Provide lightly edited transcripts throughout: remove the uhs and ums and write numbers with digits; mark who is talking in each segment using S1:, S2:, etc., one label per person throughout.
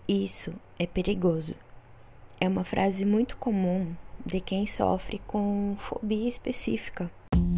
S1: Isso é perigoso. É uma frase muito comum de quem sofre com fobia específica.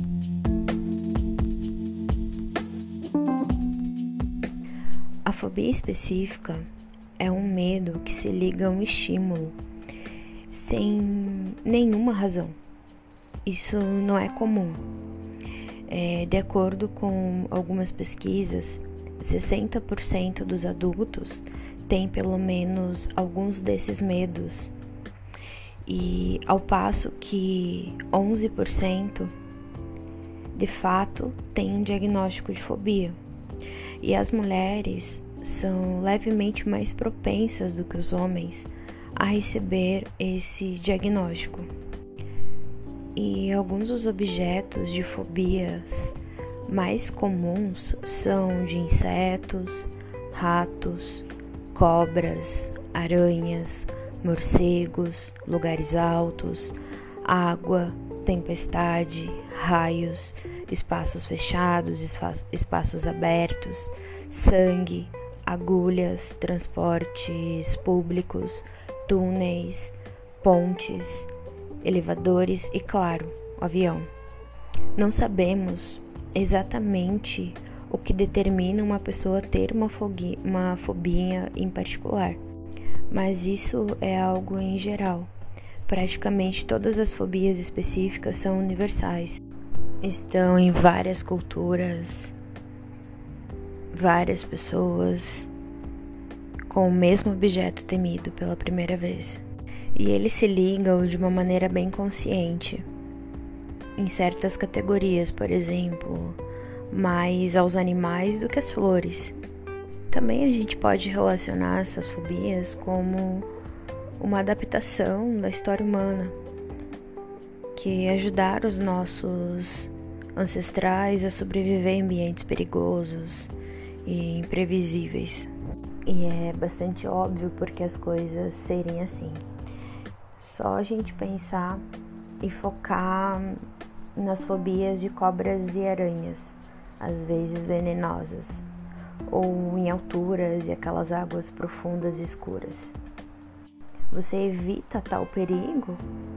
S1: A fobia específica é um medo que se liga a um estímulo sem nenhuma razão. Isso não é comum. De acordo com algumas pesquisas, 60% dos adultos têm pelo menos alguns desses medos, e ao passo que 11% de fato têm um diagnóstico de fobia. E as mulheres são levemente mais propensas do que os homens a receber esse diagnóstico. E alguns dos objetos de fobias mais comuns são de insetos, ratos, cobras, aranhas, morcegos, lugares altos, água, tempestade, raios, espaços fechados, espaços abertos, sangue, agulhas, transportes públicos, túneis, pontes, elevadores e, claro, o avião. Não sabemos exatamente o que determina uma pessoa ter uma fobia em particular, mas isso é algo em geral. Praticamente todas as fobias específicas são universais. Estão em várias culturas, várias pessoas com o mesmo objeto temido pela primeira vez. E eles se ligam de uma maneira bem consciente, em certas categorias, por exemplo, mais aos animais do que às flores. Também a gente pode relacionar essas fobias como uma adaptação da história humana, que ajudaram os nossos ancestrais a sobreviver em ambientes perigosos e imprevisíveis. E é bastante óbvio porque as coisas serem assim. Só a gente pensar e focar nas fobias de cobras e aranhas, às vezes venenosas, ou em alturas e aquelas águas profundas e escuras. Você evita tal perigo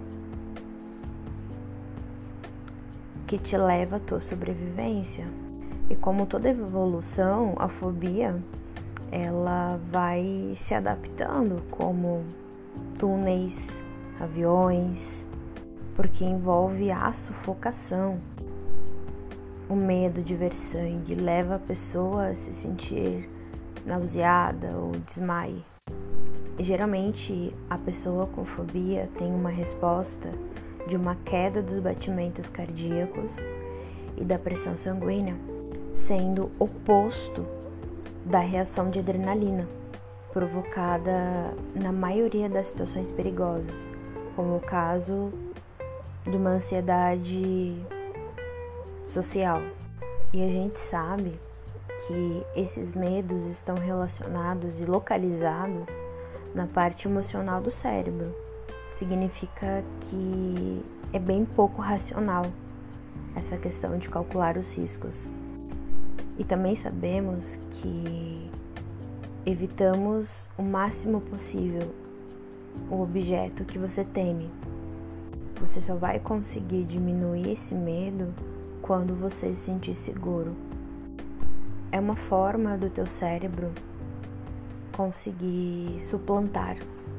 S1: que te leva à tua sobrevivência. E como toda evolução, a fobia ela vai se adaptando, como túneis, aviões, porque envolve a sufocação. O medo de ver sangue leva a pessoa a se sentir nauseada ou desmaie. E geralmente a pessoa com fobia tem uma resposta de uma queda dos batimentos cardíacos e da pressão sanguínea, sendo oposto da reação de adrenalina, provocada na maioria das situações perigosas, como o caso de uma ansiedade social. E a gente sabe que esses medos estão relacionados e localizados na parte emocional do cérebro. Significa que é bem pouco racional essa questão de calcular os riscos. E também sabemos que evitamos o máximo possível o objeto que você teme. Você só vai conseguir diminuir esse medo quando você se sentir seguro. É uma forma do teu cérebro conseguir suplantar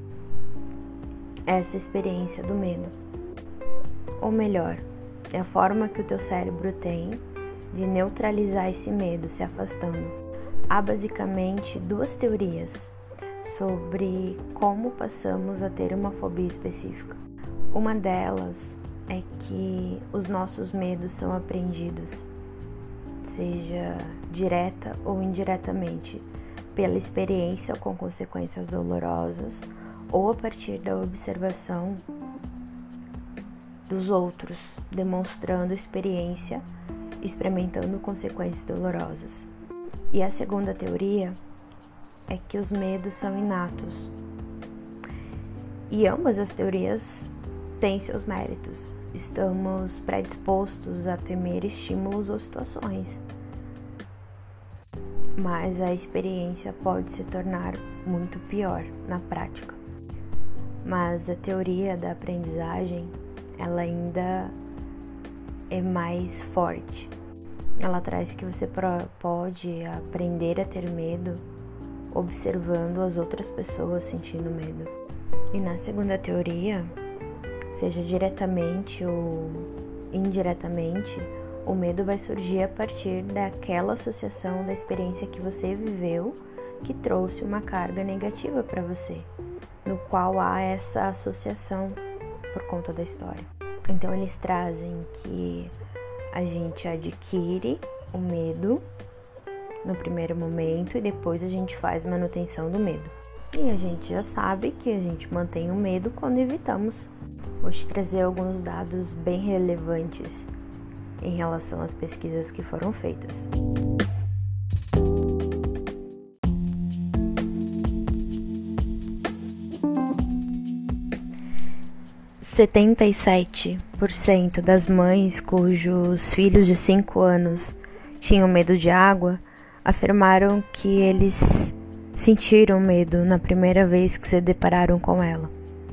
S1: essa experiência do medo. Ou melhor, é a forma que o teu cérebro tem de neutralizar esse medo se afastando. Há basicamente duas teorias sobre como passamos a ter uma fobia específica. Uma delas é que os nossos medos são aprendidos, seja direta ou indiretamente, pela experiência com consequências dolorosas ou a partir da observação dos outros, demonstrando experiência, experimentando consequências dolorosas. E a segunda teoria é que os medos são inatos. E ambas as teorias têm seus méritos. Estamos predispostos a temer estímulos ou situações. mas a experiência pode se tornar muito pior na prática. Mas a teoria da aprendizagem, ela ainda é mais forte. Ela traz que você pode aprender a ter medo observando as outras pessoas sentindo medo. E na segunda teoria, seja diretamente ou indiretamente, o medo vai surgir a partir daquela associação da experiência que você viveu que trouxe uma carga negativa para você, no qual há essa associação por conta da história. Então eles trazem que a gente adquire o medo no primeiro momento e depois a gente faz manutenção do medo. E a gente já sabe que a gente mantém o medo quando evitamos. Vou te trazer alguns dados bem relevantes em relação às pesquisas que foram feitas. Setenta e 77% das mães cujos filhos de 5 anos tinham medo de água afirmaram que eles sentiram medo na primeira vez que se depararam com ela.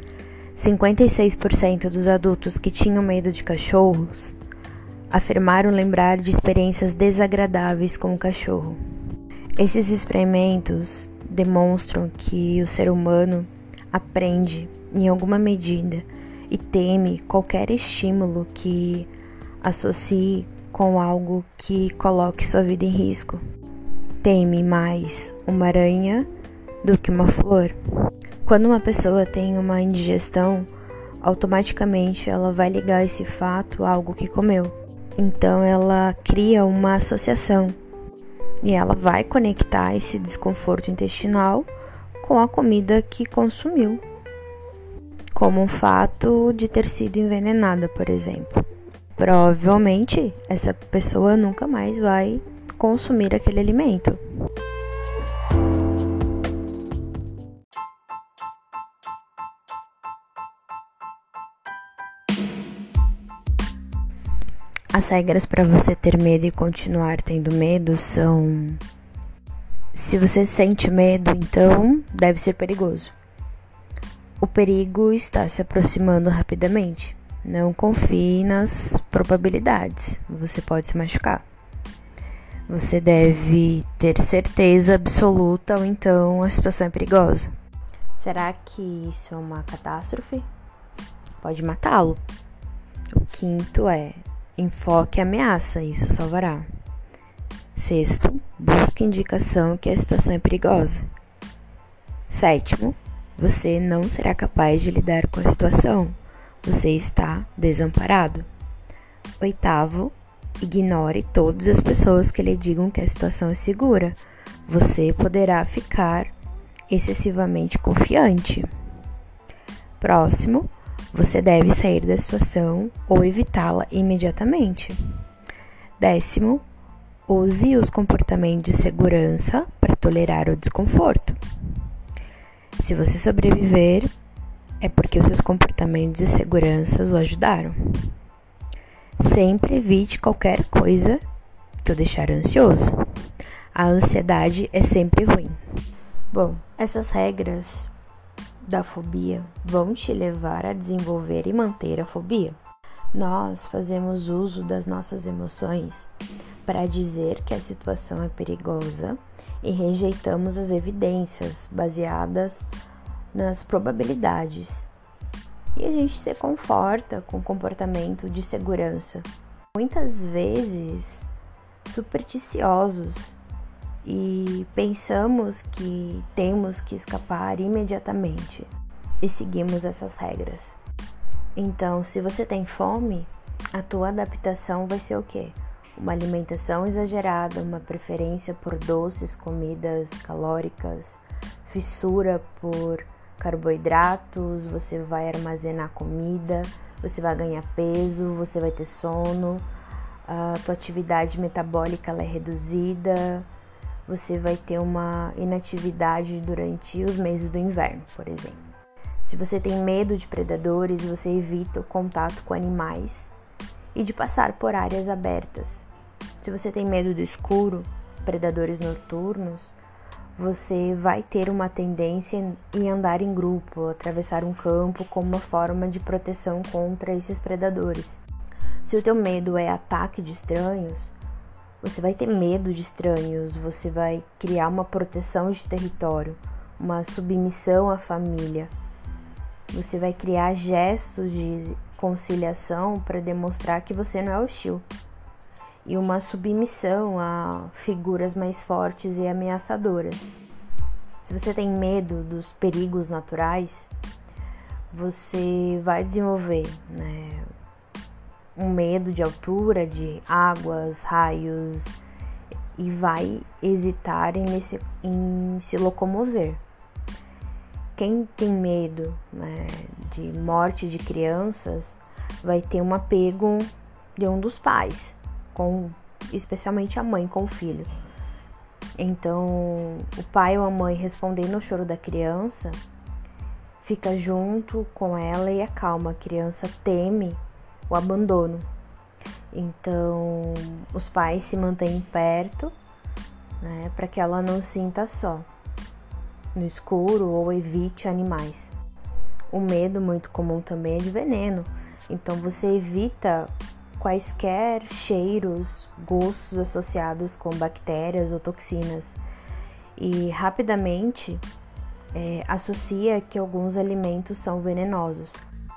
S1: 56% dos adultos que tinham medo de cachorros afirmaram lembrar de experiências desagradáveis com o cachorro. Esses experimentos demonstram que o ser humano aprende, em alguma medida, e teme qualquer estímulo que associe com algo que coloque sua vida em risco. Teme mais uma aranha do que uma flor. Quando uma pessoa tem uma indigestão, automaticamente ela vai ligar esse fato a algo que comeu. Então ela cria uma associação e ela vai conectar esse desconforto intestinal com a comida que consumiu, como um fato de ter sido envenenada, por exemplo. Provavelmente essa pessoa nunca mais vai consumir aquele alimento. As regras para você ter medo e continuar tendo medo são: se você sente medo, então deve ser perigoso. O perigo está se aproximando rapidamente. Não confie nas probabilidades, você pode se machucar. Você deve ter certeza absoluta ou então a situação é perigosa. Será que isso é uma catástrofe? Pode matá-lo. O quinto é: enfoque a ameaça, isso salvará. Sexto, busque indicação que a situação é perigosa. Sétimo, você não será capaz de lidar com a situação. Você está desamparado. Oitavo, ignore todas as pessoas que lhe digam que a situação é segura. Você poderá ficar excessivamente confiante. Próximo, você deve sair da situação ou evitá-la imediatamente. Décimo, use os comportamentos de segurança para tolerar o desconforto. Se você sobreviver, é porque os seus comportamentos de segurança o ajudaram. Sempre evite qualquer coisa que o deixar ansioso. A ansiedade é sempre ruim. Bom, essas regras da fobia vão te levar a desenvolver e manter a fobia. Nós fazemos uso das nossas emoções para dizer que a situação é perigosa e rejeitamos as evidências baseadas nas probabilidades. E a gente se conforta com o comportamento de segurança, muitas vezes supersticiosos, e pensamos que temos que escapar imediatamente e seguimos essas regras. Então, se você tem fome, a tua adaptação vai ser o quê? Uma alimentação exagerada, uma preferência por doces, comidas calóricas, fissura por carboidratos, você vai armazenar comida, você vai ganhar peso, você vai ter sono, a tua atividade metabólica ela é reduzida, você vai ter uma inatividade durante os meses do inverno, por exemplo. Se você tem medo de predadores, você evita o contato com animais e de passar por áreas abertas. Se você tem medo do escuro, predadores noturnos, você vai ter uma tendência em andar em grupo, atravessar um campo como uma forma de proteção contra esses predadores. Se o teu medo é ataque de estranhos, você vai ter medo de estranhos, você vai criar uma proteção de território, uma submissão à família. Você vai criar gestos de conciliação para demonstrar que você não é hostil. E uma submissão a figuras mais fortes e ameaçadoras. Se você tem medo dos perigos naturais, você vai desenvolver, um medo de altura, de águas, raios, e vai hesitar em se locomover. Quem tem medo, de morte de crianças vai ter um apego de um dos pais, especialmente a mãe com o filho. Então, o pai ou a mãe respondendo ao choro da criança, fica junto com ela e acalma. A criança teme o abandono. Então, os pais se mantêm perto, para que ela não sinta só, no escuro, ou evite animais. O medo muito comum também é de veneno. Então, você evita quaisquer cheiros, gostos associados com bactérias ou toxinas e rapidamente associa que alguns alimentos são venenosos.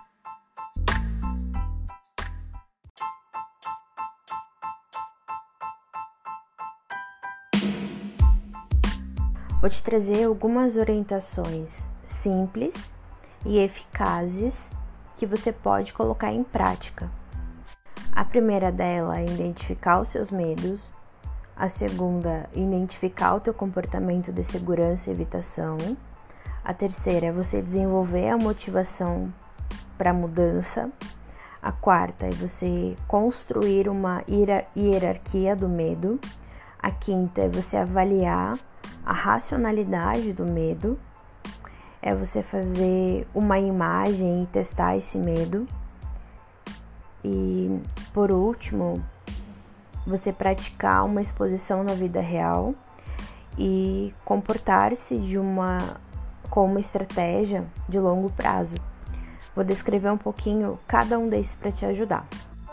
S1: Vou te trazer algumas orientações simples e eficazes que você pode colocar em prática. A primeira dela é identificar os seus medos. A segunda, identificar o teu comportamento de segurança e evitação. A terceira é você desenvolver a motivação para a mudança. A quarta é você construir uma hierarquia do medo. A quinta é você avaliar a racionalidade do medo. É você fazer uma imagem e testar esse medo. E, por último, você praticar uma exposição na vida real e comportar-se com uma estratégia de longo prazo. Vou descrever um pouquinho cada um desses para te ajudar.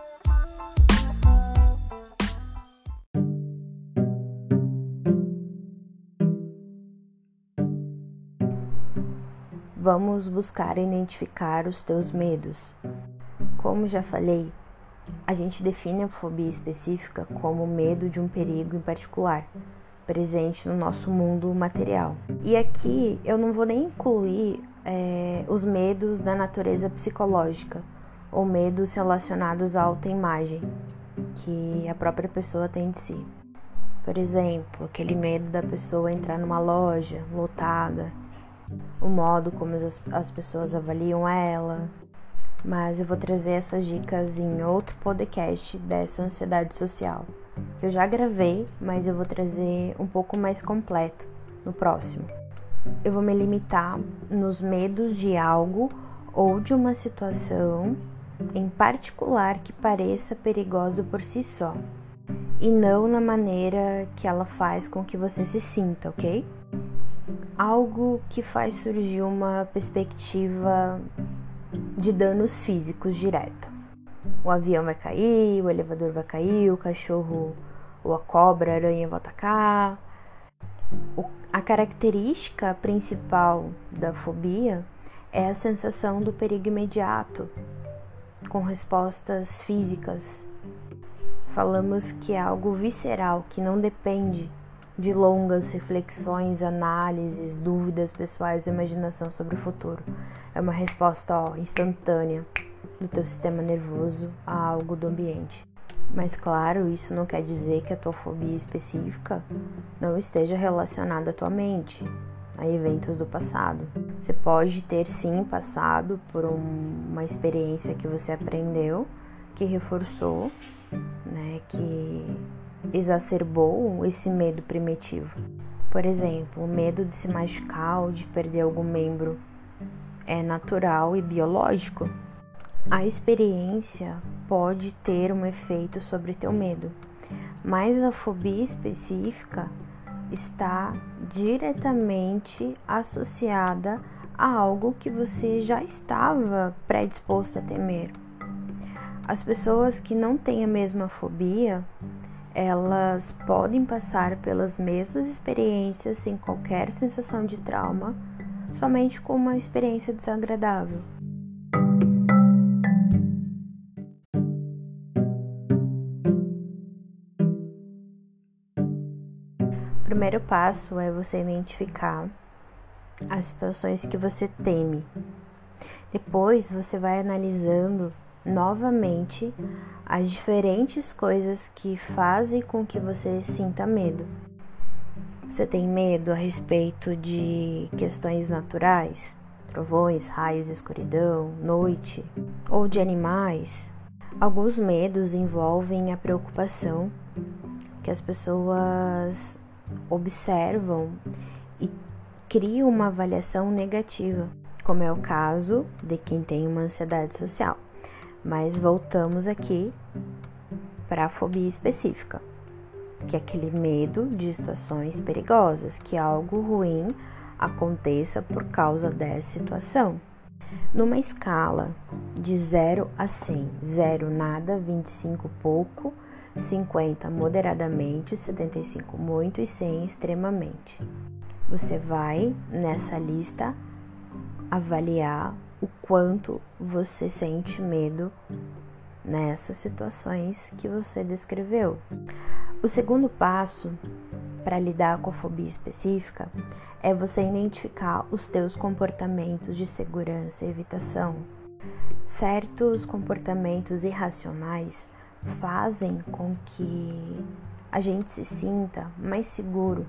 S1: Vamos buscar identificar os teus medos. Como já falei, a gente define a fobia específica como medo de um perigo em particular, presente no nosso mundo material. E aqui eu não vou nem incluir os medos da natureza psicológica ou medos relacionados à autoimagem que a própria pessoa tem de si. Por exemplo, aquele medo da pessoa entrar numa loja lotada, o modo como as pessoas avaliam ela. Mas eu vou trazer essas dicas em outro podcast dessa ansiedade social, que eu já gravei, mas eu vou trazer um pouco mais completo no próximo. Eu vou me limitar nos medos de algo ou de uma situação em particular que pareça perigosa por si só, e não na maneira que ela faz com que você se sinta, ok? Algo que faz surgir uma perspectiva de danos físicos direto. O avião vai cair, o elevador vai cair, o cachorro ou a cobra, a aranha vai atacar. A característica principal da fobia é a sensação do perigo imediato, com respostas físicas. Falamos que é algo visceral, que não depende de longas reflexões, análises, dúvidas pessoais ou imaginação sobre o futuro. É uma resposta instantânea do teu sistema nervoso a algo do ambiente. Mas claro, isso não quer dizer que a tua fobia específica não esteja relacionada à tua mente, a eventos do passado. Você pode ter sim passado por uma experiência que você aprendeu, que reforçou, que exacerbou esse medo primitivo. Por exemplo, o medo de se machucar ou de perder algum membro é natural e biológico. A experiência pode ter um efeito sobre teu medo mas a fobia específica está diretamente associada a algo que você já estava predisposto a temer. As pessoas que não têm a mesma fobia, elas podem passar pelas mesmas experiências sem qualquer sensação de trauma, somente com uma experiência desagradável. O primeiro passo é você identificar as situações que você teme. Depois você vai analisando novamente as diferentes coisas que fazem com que você sinta medo. Você tem medo a respeito de questões naturais, trovões, raios, escuridão, noite, ou de animais? Alguns medos envolvem a preocupação que as pessoas observam e criam uma avaliação negativa, como é o caso de quem tem uma ansiedade social. Mas voltamos aqui para a fobia específica, que é aquele medo de situações perigosas, que algo ruim aconteça por causa dessa situação. Numa escala de 0 a 100, 0 nada, 25 pouco, 50 moderadamente, 75 muito e 100 extremamente. Você vai nessa lista avaliar o quanto você sente medo nessas situações que você descreveu. O segundo passo para lidar com a fobia específica é você identificar os teus comportamentos de segurança e evitação. Certos comportamentos irracionais fazem com que a gente se sinta mais seguro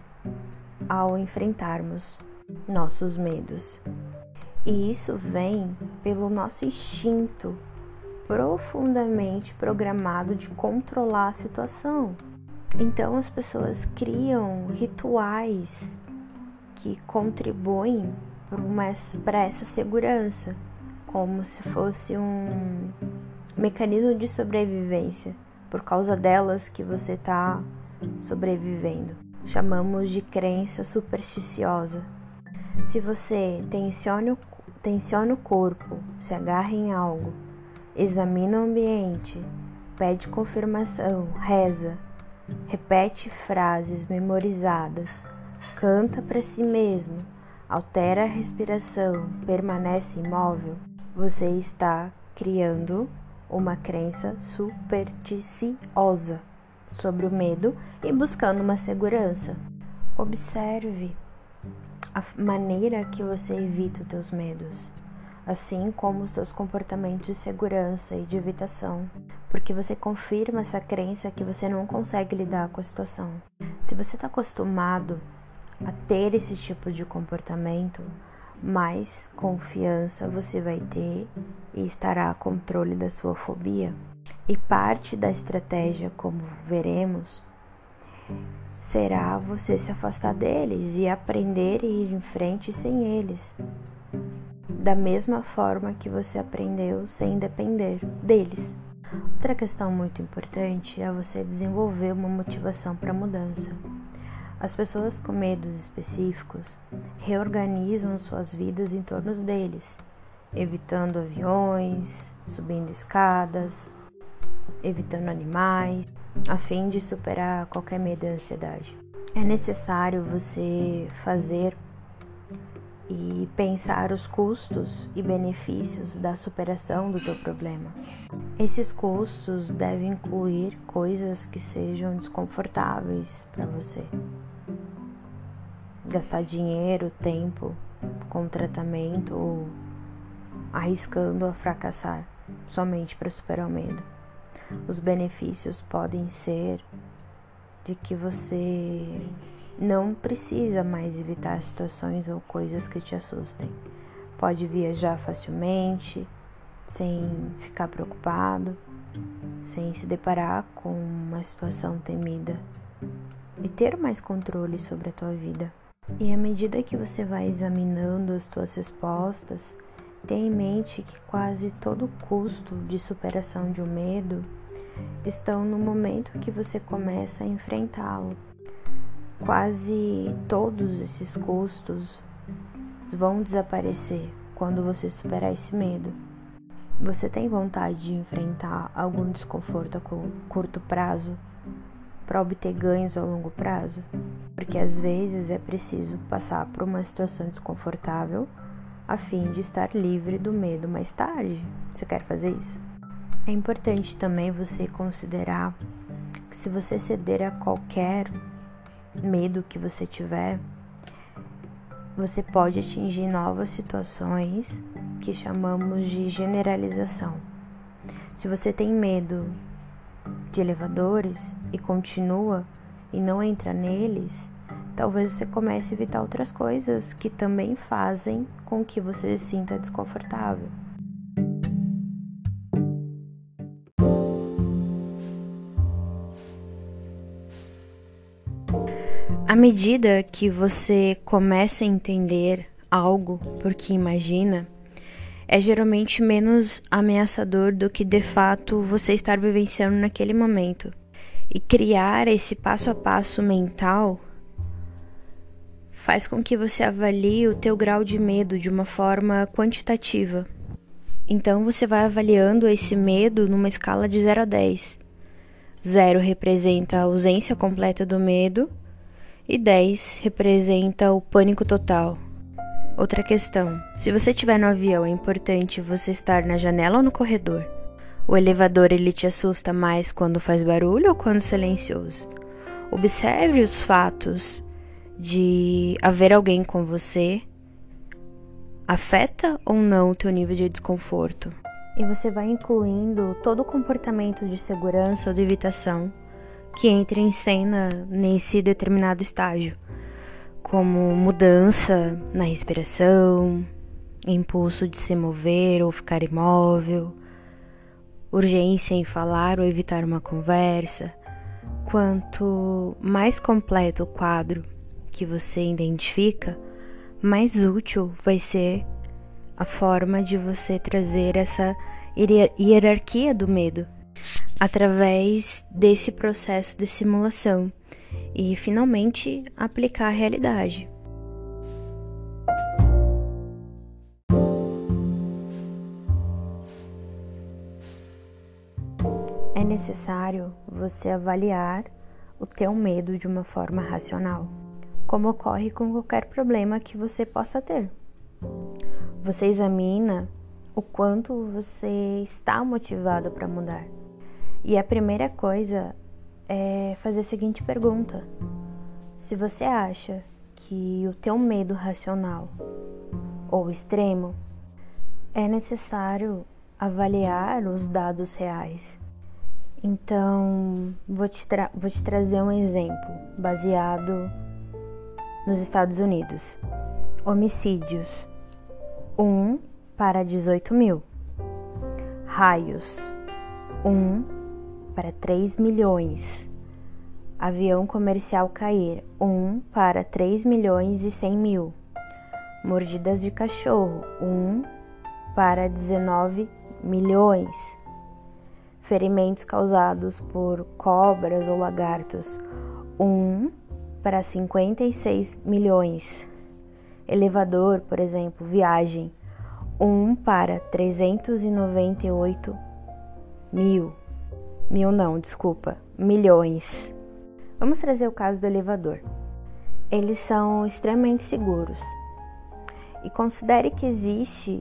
S1: ao enfrentarmos nossos medos. E isso vem pelo nosso instinto profundamente programado de controlar a situação. Então as pessoas criam rituais que contribuem para essa segurança, como se fosse um mecanismo de sobrevivência, por causa delas que você está sobrevivendo. Chamamos de crença supersticiosa. Se você tensiona o corpo, se agarra em algo, examina o ambiente, pede confirmação, reza, repete frases memorizadas, canta para si mesmo, altera a respiração, permanece imóvel, você está criando uma crença supersticiosa sobre o medo e buscando uma segurança. Observe a maneira que você evita os teus medos, assim como os teus comportamentos de segurança e de evitação, porque você confirma essa crença que você não consegue lidar com a situação. Se você está acostumado a ter esse tipo de comportamento, mais confiança você vai ter e estará a controle da sua fobia. E parte da estratégia, como veremos, será você se afastar deles e aprender a ir em frente sem eles, da mesma forma que você aprendeu sem depender deles. Outra questão muito importante é você desenvolver uma motivação para a mudança. As pessoas com medos específicos reorganizam suas vidas em torno deles, evitando aviões, subindo escadas, evitando animais, a fim de superar qualquer medo e ansiedade. É necessário você fazer e pensar os custos e benefícios da superação do teu problema. Esses custos devem incluir coisas que sejam desconfortáveis para você. Gastar dinheiro, tempo com tratamento ou arriscando a fracassar somente para superar o medo. Os benefícios podem ser de que você não precisa mais evitar situações ou coisas que te assustem. Pode viajar facilmente, sem ficar preocupado, sem se deparar com uma situação temida e ter mais controle sobre a tua vida. E à medida que você vai examinando as tuas respostas, tenha em mente que quase todo o custo de superação de um medo estão no momento que você começa a enfrentá-lo. Quase todos esses custos vão desaparecer quando você superar esse medo. Você tem vontade de enfrentar algum desconforto a curto prazo para obter ganhos a longo prazo? Porque às vezes é preciso passar por uma situação desconfortável a fim de estar livre do medo mais tarde. Você quer fazer isso? É importante também você considerar que se você ceder a qualquer medo que você tiver, você pode atingir novas situações que chamamos de generalização. Se você tem medo de elevadores e continua e não entra neles, talvez você comece a evitar outras coisas que também fazem com que você se sinta desconfortável. À medida que você começa a entender algo porque imagina, é geralmente menos ameaçador do que de fato você estar vivenciando naquele momento. E criar esse passo a passo mental faz com que você avalie o teu grau de medo de uma forma quantitativa. Então você vai avaliando esse medo numa escala de 0 a 10. 0 representa a ausência completa do medo e 10 representa o pânico total. Outra questão: se você estiver no avião, é importante você estar na janela ou no corredor? O elevador ele te assusta mais quando faz barulho ou quando silencioso? Observe os fatos de haver alguém com você. Afeta ou não o teu nível de desconforto? E você vai incluindo todo o comportamento de segurança ou de evitação que entra em cena nesse determinado estágio, como mudança na respiração, impulso de se mover ou ficar imóvel, urgência em falar ou evitar uma conversa. Quanto mais completo o quadro que você identifica, mais útil vai ser a forma de você trazer essa hierarquia do medo através desse processo de simulação e finalmente aplicar a realidade. É necessário você avaliar o teu medo de uma forma racional, como ocorre com qualquer problema que você possa ter. Você examina o quanto você está motivado para mudar. E a primeira coisa é fazer a seguinte pergunta: se você acha que o teu medo racional ou extremo, é necessário avaliar os dados reais. Então, vou te trazer um exemplo baseado nos Estados Unidos. Homicídios: 1 para 18 mil. Raios: 1 para 3 milhões. Avião comercial cair: 1 para 3 milhões e 100 mil. Mordidas de cachorro: 1 para 19 milhões. Ferimentos causados por cobras ou lagartos: 1 para 56 milhões. Elevador, por exemplo, viagem: 1 para 398 mil. Milhões. Vamos trazer o caso do elevador. Eles são extremamente seguros. E considere que existe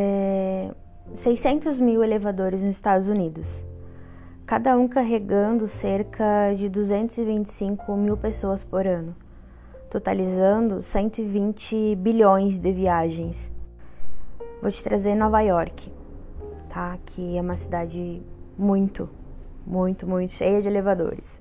S1: 600 mil elevadores nos Estados Unidos, cada um carregando cerca de 225 mil pessoas por ano, totalizando 120 bilhões de viagens. Vou te trazer Nova York, tá? Que é uma cidade muito cheia de elevadores.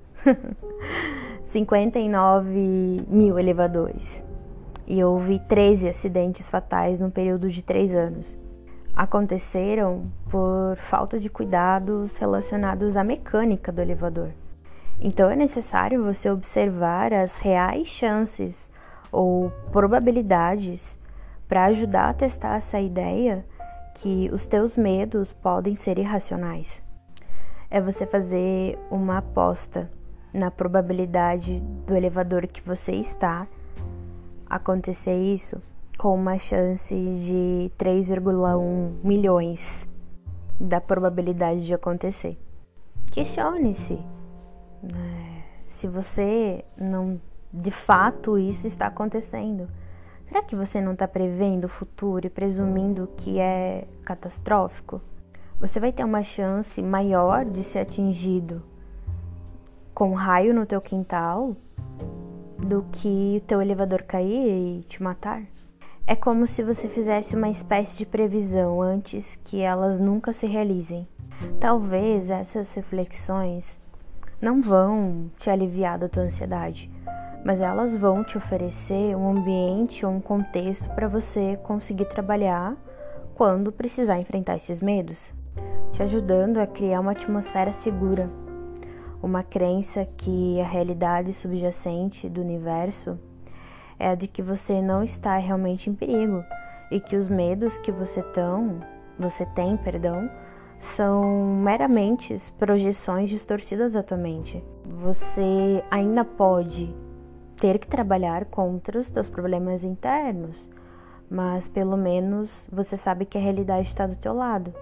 S1: 59 mil elevadores. E houve 13 acidentes fatais no período de 3 anos. Aconteceram por falta de cuidados relacionados à mecânica do elevador. Então é necessário você observar as reais chances ou probabilidades para ajudar a testar essa ideia que os teus medos podem ser irracionais. é você fazer uma aposta na probabilidade do elevador que você está acontecer isso com uma chance de 3,1 milhões da probabilidade de acontecer. Questione-se, né? Se você não, de fato, isso está acontecendo. Será que você não está prevendo o futuro e presumindo que é catastrófico? Você vai ter uma chance maior de ser atingido com um raio no teu quintal do que o teu elevador cair e te matar. É como se você fizesse uma espécie de previsão antes que elas nunca se realizem. Talvez essas reflexões não vão te aliviar da tua ansiedade, mas elas vão te oferecer um ambiente ou um contexto para você conseguir trabalhar quando precisar enfrentar esses medos, te ajudando a criar uma atmosfera segura, uma crença que a realidade subjacente do universo é a de que você não está realmente em perigo e que os medos que você tem, são meramente projeções distorcidas da tua mente. Você ainda pode ter que trabalhar contra os teus problemas internos, mas pelo menos você sabe que a realidade está do teu lado.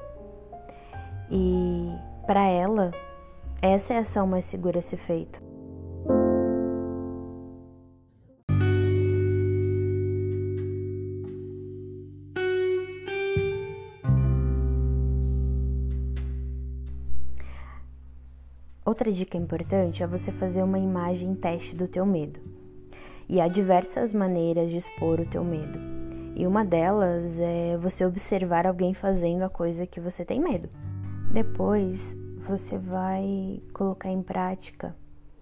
S1: E para ela, essa é a ação mais segura a ser feita. Outra dica importante é você fazer uma imagem teste do teu medo. E há diversas maneiras de expor o teu medo. E uma delas é você observar alguém fazendo a coisa que você tem medo. Depois, você vai colocar em prática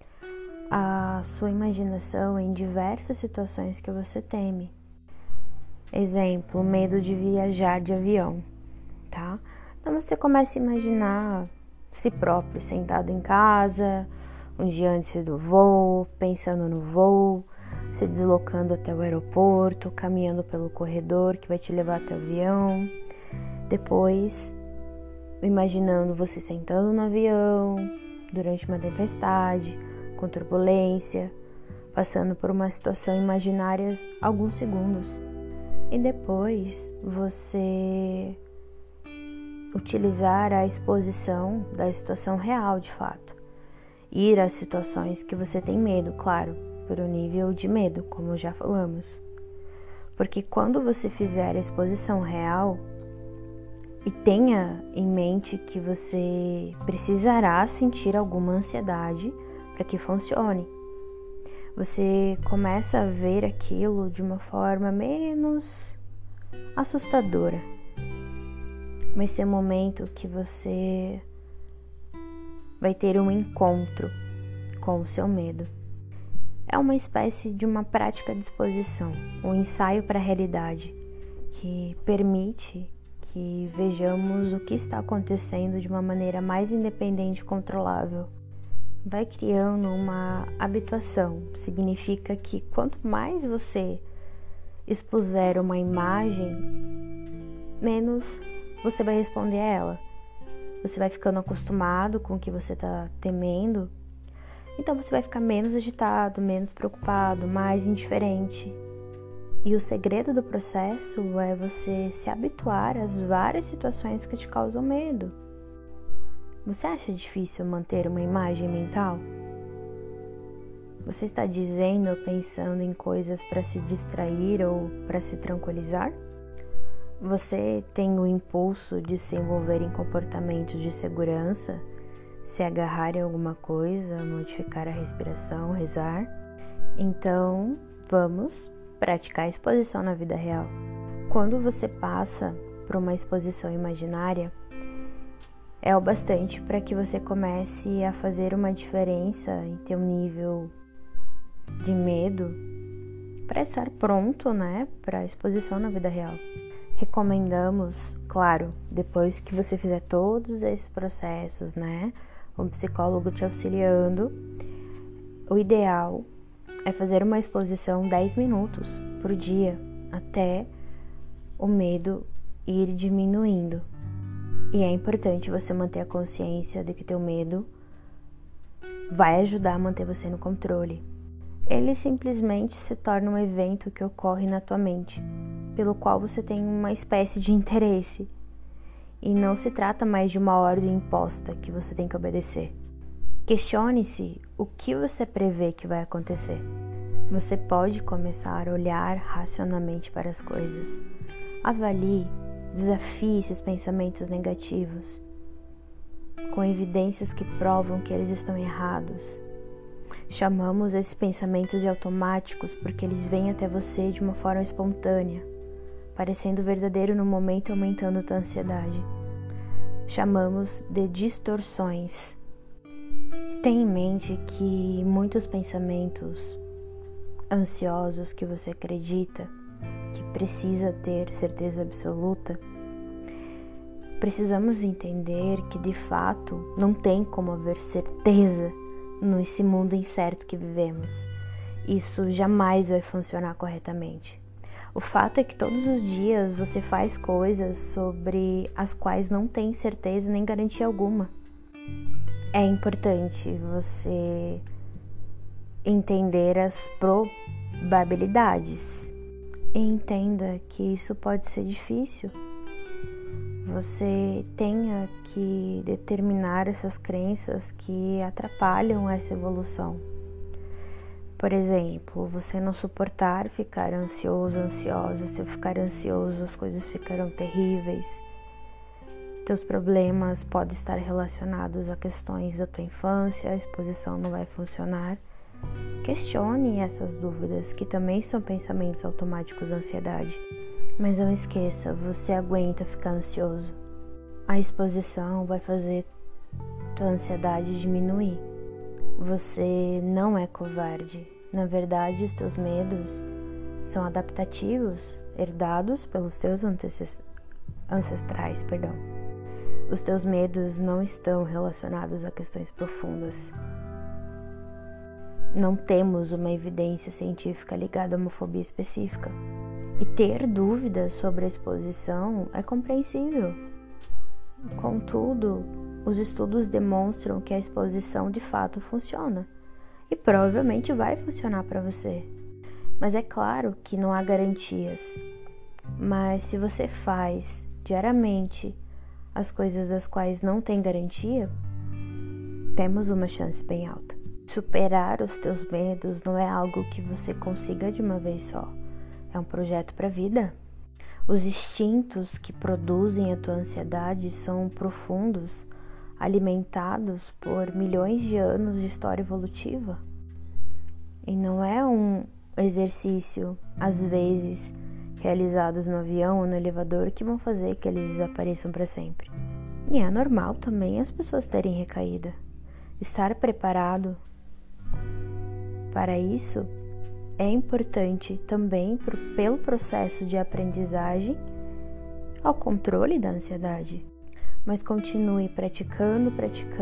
S1: a sua imaginação em diversas situações que você teme. Exemplo, medo de viajar de avião, tá? Então você começa a imaginar si próprio sentado em casa, um dia antes do voo, pensando no voo, se deslocando até o aeroporto, caminhando pelo corredor que vai te levar até o avião. Depois, imaginando você sentando no avião durante uma tempestade, com turbulência, passando por uma situação imaginária alguns segundos. E depois você utilizar a exposição da situação real de fato. Ir às situações que você tem medo, claro, por um nível de medo, como já falamos. Porque quando você fizer a exposição real, e tenha em mente que você precisará sentir alguma ansiedade para que funcione, você começa a ver aquilo de uma forma menos assustadora. Vai ser um momento que você vai ter um encontro com o seu medo. É uma espécie de uma prática de exposição, um ensaio para a realidade que permite que vejamos o que está acontecendo de uma maneira mais independente e controlável. Vai criando uma habituação. Significa que quanto mais você expuser uma imagem, menos você vai responder a ela. Você vai ficando acostumado com o que você está temendo, então você vai ficar menos agitado, menos preocupado, mais indiferente. E o segredo do processo é você se habituar às várias situações que te causam medo. Você acha difícil manter uma imagem mental? Você está dizendo ou pensando em coisas para se distrair ou para se tranquilizar? Você tem o impulso de se envolver em comportamentos de segurança, se agarrar em alguma coisa, modificar a respiração, rezar? Então, vamos praticar a exposição na vida real. Quando você passa por uma exposição imaginária, é o bastante para que você comece a fazer uma diferença em teu nível de medo para estar pronto, para a exposição na vida real. Recomendamos, claro, depois que você fizer todos esses processos, um psicólogo te auxiliando, o ideal é fazer uma exposição 10 minutos por dia, até o medo ir diminuindo. E é importante você manter a consciência de que teu medo vai ajudar a manter você no controle. Ele simplesmente se torna um evento que ocorre na tua mente, pelo qual você tem uma espécie de interesse. E não se trata mais de uma ordem imposta que você tem que obedecer. Questione-se o que você prevê que vai acontecer. Você pode começar a olhar racionalmente para as coisas. Avalie, desafie esses pensamentos negativos, com evidências que provam que eles estão errados. Chamamos esses pensamentos de automáticos porque eles vêm até você de uma forma espontânea, parecendo verdadeiro no momento e aumentando tua ansiedade. Chamamos de distorções. Tenha em mente que muitos pensamentos ansiosos que você acredita que precisa ter certeza absoluta, precisamos entender que de fato não tem como haver certeza nesse mundo incerto que vivemos. Isso jamais vai funcionar corretamente. O fato é que todos os dias você faz coisas sobre as quais não tem certeza nem garantia alguma. É importante você entender as probabilidades e entenda que isso pode ser difícil. Você tenha que determinar essas crenças que atrapalham essa evolução. Por exemplo, você não suportar ficar ansioso, ansiosa. Se eu ficar ansioso, as coisas ficarão terríveis. Teus problemas podem estar relacionados a questões da tua infância, a exposição não vai funcionar. Questione essas dúvidas, que também são pensamentos automáticos da ansiedade. Mas não esqueça, você aguenta ficar ansioso. A exposição vai fazer tua ansiedade diminuir. Você não é covarde. Na verdade, os teus medos são adaptativos, herdados pelos teus ancestrais. Os teus medos não estão relacionados a questões profundas. Não temos uma evidência científica ligada a uma fobia específica. E ter dúvidas sobre a exposição é compreensível. Contudo, os estudos demonstram que a exposição de fato funciona. E provavelmente vai funcionar para você. Mas é claro que não há garantias. Mas se você faz diariamente as coisas das quais não tem garantia, temos uma chance bem alta. Superar os teus medos não é algo que você consiga de uma vez só. É um projeto para a vida. Os instintos que produzem a tua ansiedade são profundos, alimentados por milhões de anos de história evolutiva. E não é um exercício, às vezes, realizados no avião ou no elevador que vão fazer que eles desapareçam para sempre. E é normal também as pessoas terem recaída. Estar preparado para isso é importante também pelo processo de aprendizagem ao controle da ansiedade. Mas continue praticando.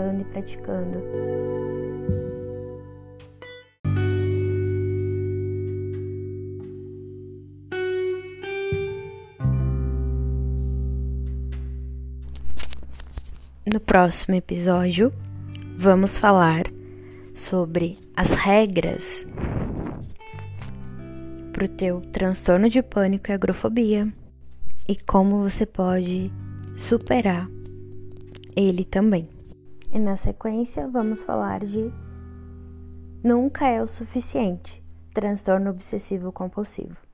S1: No próximo episódio, vamos falar sobre as regras para o teu transtorno de pânico e agrofobia e como você pode superar ele também. E na sequência, vamos falar de nunca é o suficiente, transtorno obsessivo compulsivo.